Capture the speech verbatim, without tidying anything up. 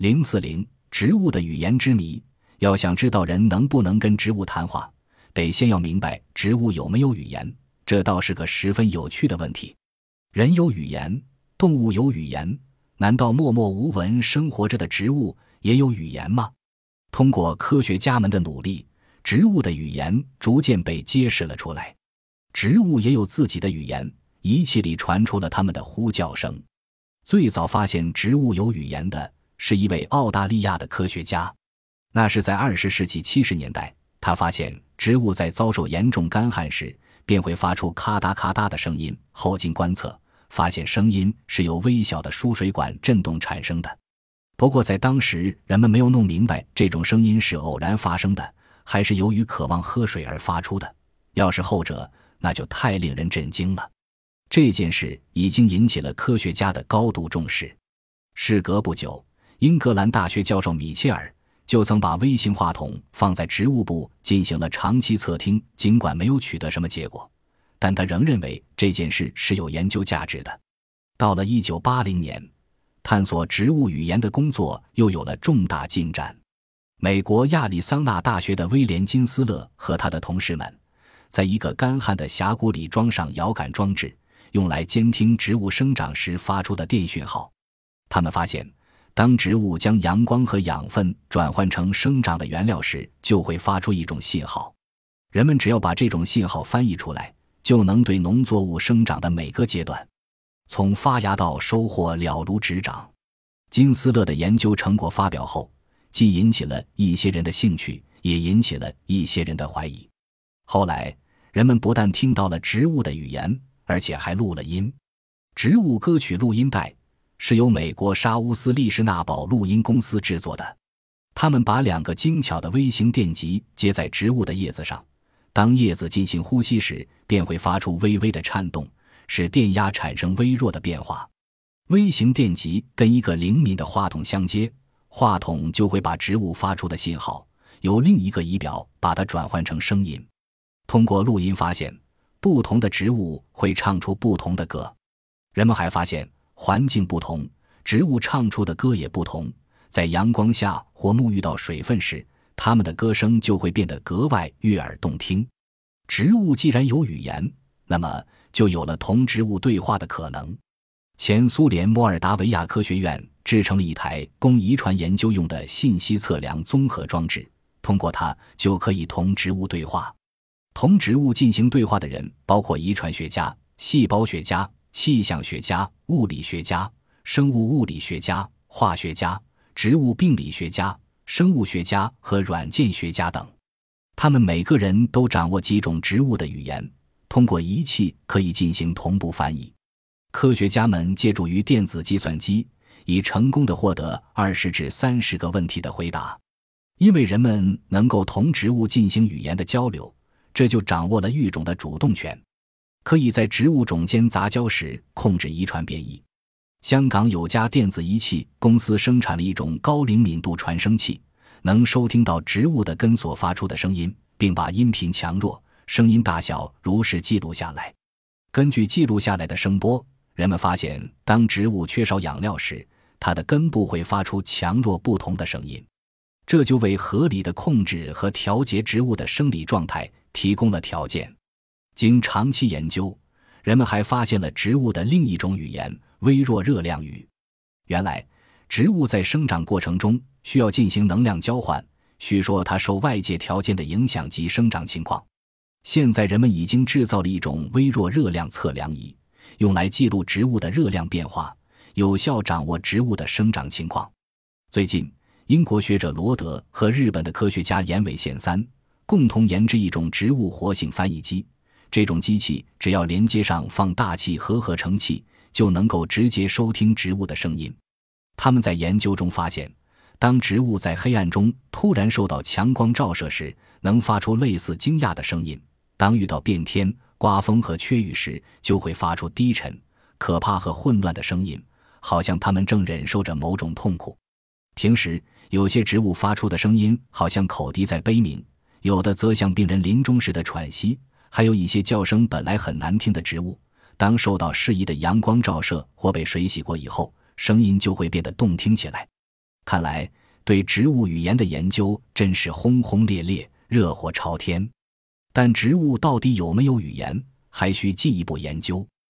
零四零植物的语言之谜。要想知道人能不能跟植物谈话，得先要明白植物有没有语言，这倒是个十分有趣的问题。人有语言，动物有语言，难道默默无闻生活着的植物也有语言吗？通过科学家们的努力，植物的语言逐渐被揭示了出来。植物也有自己的语言，仪器里传出了它们的呼叫声。最早发现植物有语言的是一位澳大利亚的科学家，那是在二十世纪七十年代，他发现植物在遭受严重干旱时便会发出咔嗒咔嗒的声音，后经观测，发现声音是由微小的输水管振动产生的。不过在当时人们没有弄明白这种声音是偶然发生的，还是由于渴望喝水而发出的。要是后者，那就太令人震惊了。这件事已经引起了科学家的高度重视。事隔不久，英格兰大学教授米切尔就曾把微型话筒放在植物部进行了长期测听，尽管没有取得什么结果，但他仍认为这件事是有研究价值的。到了一九八零年，探索植物语言的工作又有了重大进展。美国亚利桑那大学的威廉金斯勒和他的同事们在一个干旱的峡谷里装上遥感装置，用来监听植物生长时发出的电讯号。他们发现，当植物将阳光和养分转换成生长的原料时，就会发出一种信号。人们只要把这种信号翻译出来，就能对农作物生长的每个阶段，从发芽到收获了如指掌。金斯勒的研究成果发表后，既引起了一些人的兴趣，也引起了一些人的怀疑。后来，人们不但听到了植物的语言，而且还录了音。植物歌曲录音带是由美国沙乌斯利士纳堡录音公司制作的。他们把两个精巧的微型电极接在植物的叶子上，当叶子进行呼吸时，便会发出微微的颤动，使电压产生微弱的变化。微型电极跟一个灵敏的话筒相接，话筒就会把植物发出的信号由另一个仪表把它转换成声音。通过录音发现，不同的植物会唱出不同的歌。人们还发现，环境不同，植物唱出的歌也不同。在阳光下或沐浴到水分时，它们的歌声就会变得格外悦耳动听。植物既然有语言，那么就有了同植物对话的可能。前苏联摩尔达维亚科学院制成了一台供遗传研究用的信息测量综合装置，通过它就可以同植物对话。同植物进行对话的人包括遗传学家、细胞学家、气象学家、物理学家、生物物理学家、化学家、植物病理学家、生物学家和软件学家等。他们每个人都掌握几种植物的语言，通过仪器可以进行同步翻译。科学家们借助于电子计算机，已成功地获得二十至三十个问题的回答。因为人们能够同植物进行语言的交流，这就掌握了育种的主动权，可以在植物种间杂交时控制遗传变异。香港有家电子仪器公司生产了一种高灵敏度传声器，能收听到植物的根所发出的声音，并把音频强弱、声音大小如实记录下来。根据记录下来的声波，人们发现当植物缺少养料时，它的根部会发出强弱不同的声音，这就为合理的控制和调节植物的生理状态提供了条件。经长期研究，人们还发现了植物的另一种语言——微弱热量语。原来，植物在生长过程中需要进行能量交换，据说它受外界条件的影响及生长情况。现在人们已经制造了一种微弱热量测量仪，用来记录植物的热量变化，有效掌握植物的生长情况。最近，英国学者罗德和日本的科学家岩尾宪三共同研制一种植物活性翻译机。这种机器只要连接上放大器和合成器，就能够直接收听植物的声音。他们在研究中发现，当植物在黑暗中突然受到强光照射时，能发出类似惊讶的声音；当遇到变天、刮风和缺雨时，就会发出低沉、可怕和混乱的声音，好像它们正忍受着某种痛苦。平时，有些植物发出的声音好像口笛在悲鸣，有的则像病人临终时的喘息，还有一些叫声本来很难听的植物，当受到适宜的阳光照射或被水洗过以后，声音就会变得动听起来。 看来，对植物语言的研究真是轰轰烈烈，热火朝天。但植物到底有没有语言，还需进一步研究。